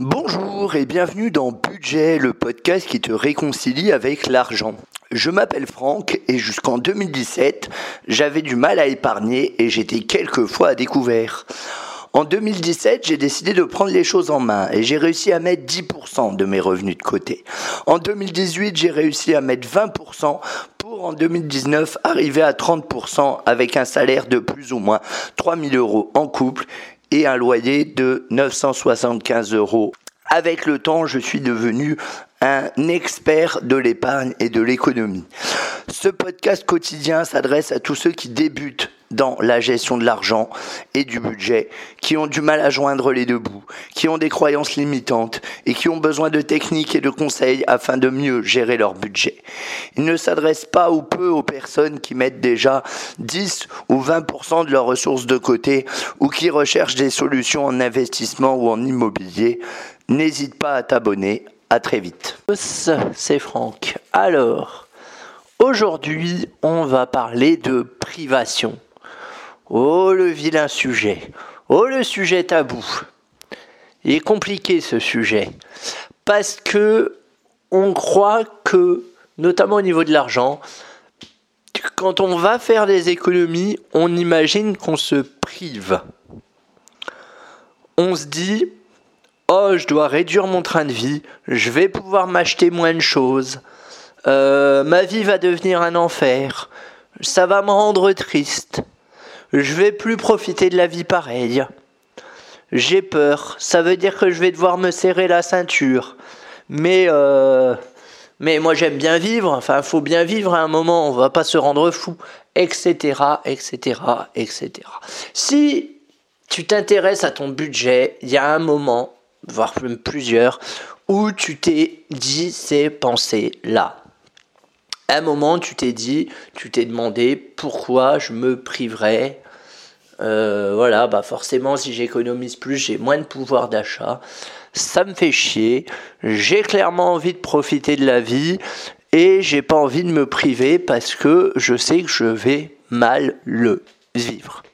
Bonjour et bienvenue dans Budget, le podcast qui te réconcilie avec l'argent. Je m'appelle Franck et jusqu'en 2017, j'avais du mal à épargner et j'étais quelquefois à découvert. En 2017, j'ai décidé de prendre les choses en main et j'ai réussi à mettre 10% de mes revenus de côté. En 2018, j'ai réussi à mettre 20% pour en 2019 arriver à 30% avec un salaire de plus ou moins 3 000 € en couple et un loyer de 975 €. Avec le temps, je suis devenu un expert de l'épargne et de l'économie. Ce podcast quotidien s'adresse à tous ceux qui débutent dans la gestion de l'argent et du budget, qui ont du mal à joindre les deux bouts, qui ont des croyances limitantes et qui ont besoin de techniques et de conseils afin de mieux gérer leur budget. Il ne s'adresse pas ou peu aux personnes qui mettent déjà 10 ou 20% de leurs ressources de côté ou qui recherchent des solutions en investissement ou en immobilier. N'hésite pas à t'abonner. À très vite. C'est Franck. Alors, aujourd'hui, on va parler de privation. Oh, le vilain sujet. Oh, le sujet tabou. Il est compliqué ce sujet. Parce que on croit que, notamment au niveau de l'argent, quand on va faire des économies, on imagine qu'on se prive. On se dit... Oh, je dois réduire mon train de vie, je vais pouvoir m'acheter moins de choses, ma vie va devenir un enfer, ça va me rendre triste, je vais plus profiter de la vie pareille, j'ai peur, ça veut dire que je vais devoir me serrer la ceinture, mais moi j'aime bien vivre, enfin faut bien vivre à un moment, on va pas se rendre fou, etc., etc., etc. Si tu t'intéresses à ton budget, il y a un moment, voire même plusieurs, où tu t'es dit ces pensées-là. À un moment, tu t'es demandé pourquoi je me priverais. Forcément, si j'économise plus, j'ai moins de pouvoir d'achat. Ça me fait chier. J'ai clairement envie de profiter de la vie et j'ai pas envie de me priver parce que je sais que je vais mal le vivre.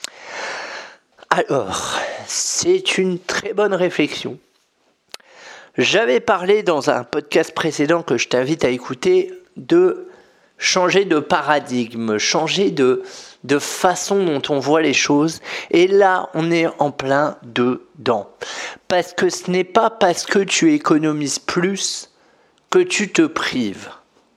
Alors, c'est une très bonne réflexion. J'avais parlé dans un podcast précédent que je t'invite à écouter de changer de paradigme, changer de façon dont on voit les choses. Et là, on est en plein dedans. Parce que ce n'est pas parce que tu économises plus que tu te prives.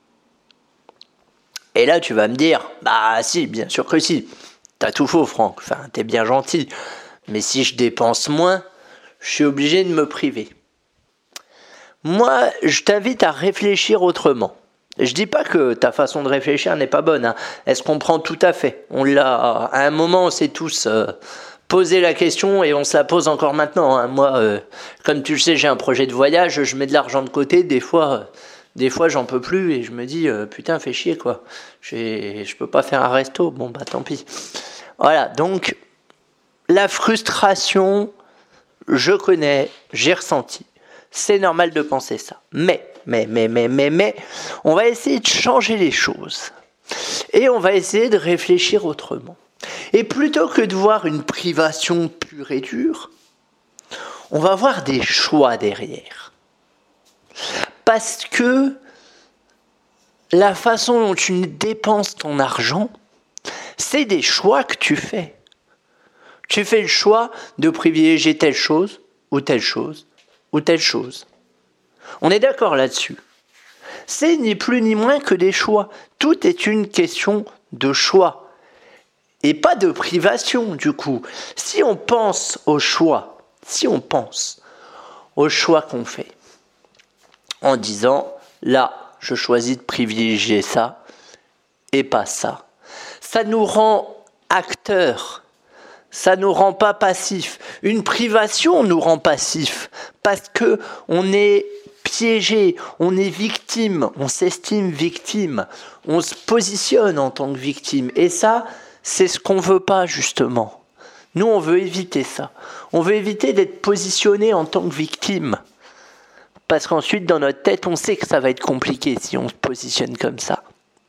Et là, tu vas me dire, bah si, bien sûr que si. T'as tout faux, Franck. Enfin, t'es bien gentil. Mais si je dépense moins, je suis obligé de me priver. Moi, je t'invite à réfléchir autrement. Je dis pas que ta façon de réfléchir n'est pas bonne. Elle se comprend tout à fait. À un moment, on s'est tous posé la question et on se la pose encore maintenant. Moi, comme tu le sais, j'ai un projet de voyage. Je mets de l'argent de côté. Des fois, j'en peux plus et je me dis putain, fais chier quoi. Je peux pas faire un resto. Bon bah tant pis. Voilà, donc la frustration, je connais, j'ai ressenti. C'est normal de penser ça. Mais, on va essayer de changer les choses. Et on va essayer de réfléchir autrement. Et plutôt que de voir une privation pure et dure, on va voir des choix derrière. Parce que la façon dont tu dépenses ton argent, c'est des choix que tu fais. Tu fais le choix de privilégier telle chose, ou telle chose, ou telle chose. On est d'accord là-dessus. C'est ni plus ni moins que des choix. Tout est une question de choix. Et pas de privation, du coup. Si on pense aux choix qu'on fait, en disant, là, je choisis de privilégier ça, et pas ça. Ça nous rend acteurs. Ça nous rend pas passifs. Une privation nous rend passifs parce que on est piégé, on est victime, on s'estime victime, on se positionne en tant que victime. Et ça, c'est ce qu'on veut pas justement. Nous, on veut éviter ça. On veut éviter d'être positionné en tant que victime. Parce qu'ensuite, dans notre tête, on sait que ça va être compliqué si on se positionne comme ça.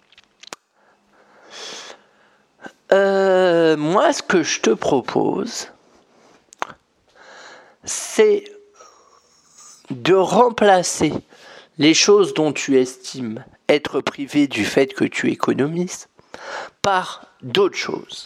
Moi, ce que je te propose, c'est de remplacer les choses dont tu estimes être privé du fait que tu économises par d'autres choses.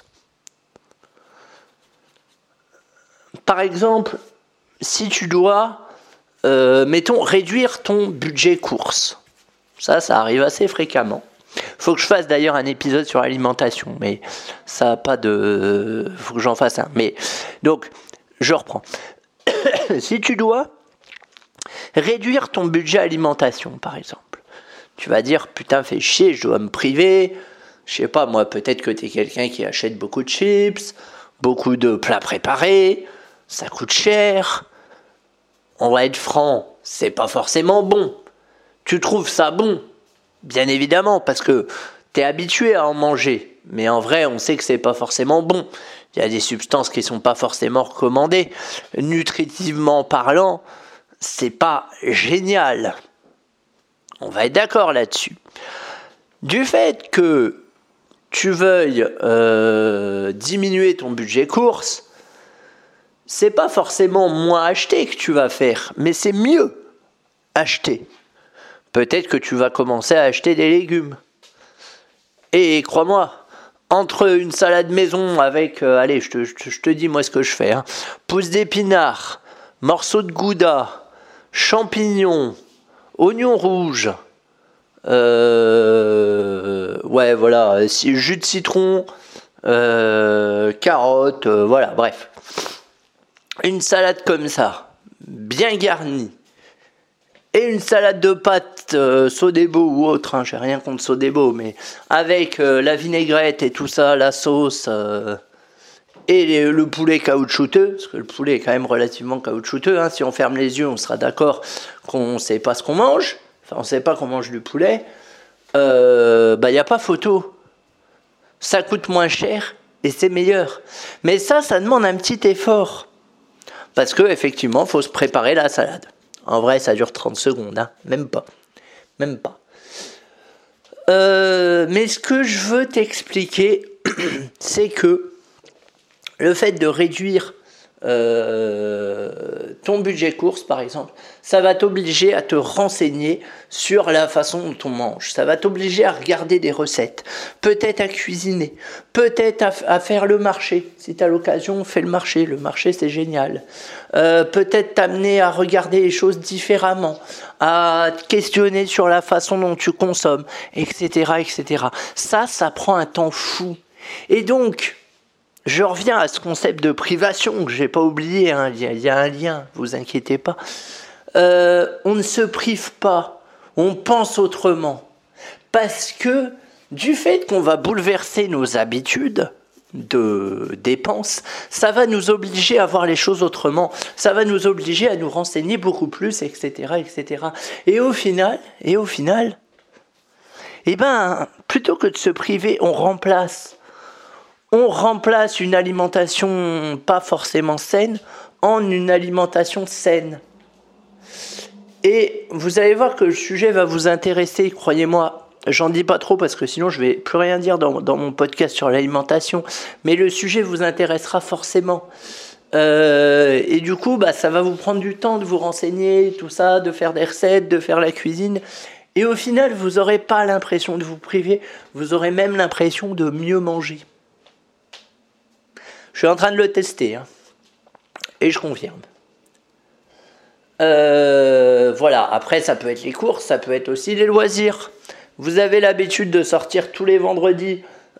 Par exemple, si tu dois, mettons, réduire ton budget course. Ça arrive assez fréquemment. Faut que je fasse d'ailleurs un épisode sur l'alimentation, mais ça n'a pas de... Faut que j'en fasse un. Mais donc, je reprends. Si tu dois réduire ton budget alimentation, par exemple, tu vas dire, putain, fais chier, je dois me priver. Je sais pas, moi, peut-être que tu es quelqu'un qui achète beaucoup de chips, beaucoup de plats préparés, ça coûte cher. On va être franc, c'est pas forcément bon. Tu trouves ça bon, bien évidemment, parce que tu es habitué à en manger. Mais en vrai, on sait que c'est pas forcément bon. Il y a des substances qui sont pas forcément recommandées. Nutritivement parlant, c'est pas génial. On va être d'accord là-dessus. Du fait que tu veuilles diminuer ton budget course, c'est pas forcément moins acheter que tu vas faire, mais c'est mieux acheter. Peut-être que tu vas commencer à acheter des légumes. Et crois-moi, entre une salade maison avec, allez, je te dis moi ce que je fais, hein, pousses d'épinards, morceaux de gouda, champignons, oignons rouges, ouais voilà, jus de citron, carottes, voilà, bref. Une salade comme ça, bien garnie, et une salade de pâtes Sodebo ou autre, hein, j'ai rien contre Sodebo, mais avec la vinaigrette et tout ça, la sauce, et le poulet caoutchouteux, parce que le poulet est quand même relativement caoutchouteux, hein, si on ferme les yeux, on sera d'accord qu'on ne sait pas ce qu'on mange, enfin on ne sait pas qu'on mange du poulet, y a pas photo. Ça coûte moins cher et c'est meilleur. Mais ça demande un petit effort. Parce que effectivement, il faut se préparer la salade. En vrai, ça dure 30 secondes, hein. Même pas. Mais ce que je veux t'expliquer, c'est que le fait de réduire ton budget course, par exemple, ça va t'obliger à te renseigner sur la façon dont on mange. Ça va t'obliger à regarder des recettes, peut-être à cuisiner, peut-être à faire le marché. Si tu as l'occasion, fais le marché. Le marché, c'est génial. Peut-être t'amener à regarder les choses différemment, à te questionner sur la façon dont tu consommes, etc., etc. Ça prend un temps fou. Et donc, je reviens à ce concept de privation que je n'ai pas oublié, hein. Il y a un lien, vous inquiétez pas. On ne se prive pas, on pense autrement. Parce que du fait qu'on va bouleverser nos habitudes de dépenses, ça va nous obliger à voir les choses autrement, ça va nous obliger à nous renseigner beaucoup plus, etc., etc. Et au final, plutôt que de se priver, on remplace une alimentation pas forcément saine en une alimentation saine. Et vous allez voir que le sujet va vous intéresser, croyez-moi. J'en dis pas trop parce que sinon je vais plus rien dire dans mon podcast sur l'alimentation. Mais le sujet vous intéressera forcément. Et du coup, ça va vous prendre du temps de vous renseigner, tout ça, de faire des recettes, de faire la cuisine. Et au final, vous n'aurez pas l'impression de vous priver, vous aurez même l'impression de mieux manger. Je suis en train de le tester, hein, et je confirme. Voilà, après ça peut être les courses, ça peut être aussi les loisirs. Vous avez l'habitude de sortir tous les vendredis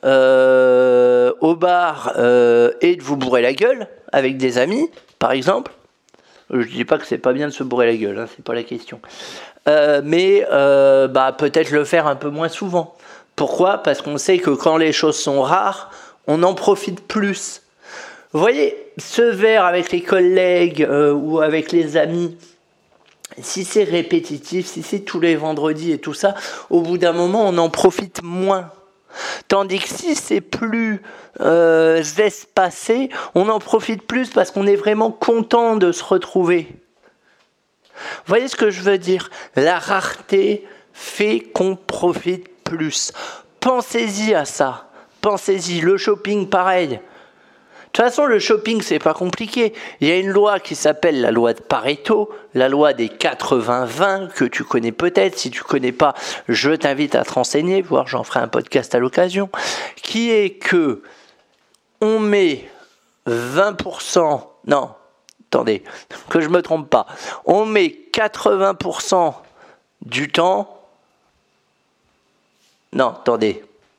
au bar et de vous bourrer la gueule avec des amis, par exemple. Je dis pas que c'est pas bien de se bourrer la gueule, hein, c'est pas la question. Mais peut-être le faire un peu moins souvent. Pourquoi ? Parce qu'on sait que quand les choses sont rares, on en profite plus. Vous voyez, ce verre avec les collègues ou avec les amis, si c'est répétitif, si c'est tous les vendredis et tout ça, au bout d'un moment, on en profite moins. Tandis que si c'est plus espacé, on en profite plus parce qu'on est vraiment content de se retrouver. Vous voyez ce que je veux dire ? La rareté fait qu'on profite plus. Pensez-y à ça. Pensez-y. Le shopping, pareil. toute façon, le shopping, c'est pas compliqué. Il y a une loi qui s'appelle la loi de Pareto, la loi des 80-20, que tu connais peut-être. Si tu connais pas, je t'invite à te renseigner, voire j'en ferai un podcast à l'occasion, qui est que on met 20%, non, attendez, que je me trompe pas, on met 80% du temps, non, attendez,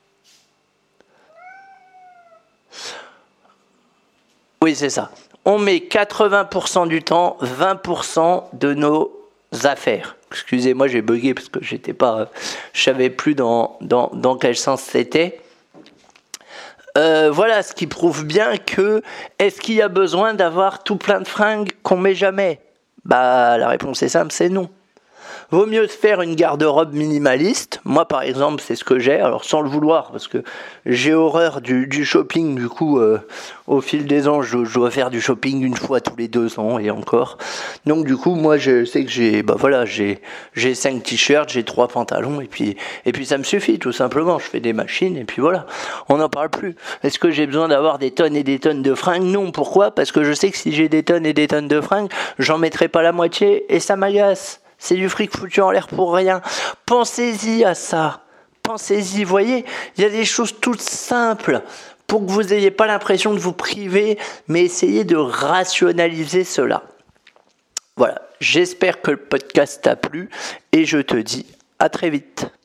oui, c'est ça. On met 80% du temps, 20% de nos affaires. Excusez-moi, j'ai bugué parce que je savais plus dans quel sens c'était. Voilà, ce qui prouve bien que, est-ce qu'il y a besoin d'avoir tout plein de fringues qu'on met jamais ? Bah, la réponse est simple, c'est non. Vaut mieux se faire une garde-robe minimaliste. Moi, par exemple, c'est ce que j'ai. Alors, sans le vouloir, parce que j'ai horreur du shopping. Du coup, au fil des ans, je dois faire du shopping une fois tous les 2 ans et encore. Donc, du coup, moi, je sais que j'ai 5 t-shirts, j'ai 3 pantalons et puis ça me suffit, tout simplement. Je fais des machines et puis voilà. On n'en parle plus. Est-ce que j'ai besoin d'avoir des tonnes et des tonnes de fringues ? Non. Pourquoi ? Parce que je sais que si j'ai des tonnes et des tonnes de fringues, j'en mettrai pas la moitié et ça m'agace. C'est du fric foutu en l'air pour rien. Pensez-y à ça. Pensez-y, voyez, il y a des choses toutes simples pour que vous n'ayez pas l'impression de vous priver, mais essayez de rationaliser cela. Voilà, j'espère que le podcast t'a plu et je te dis à très vite.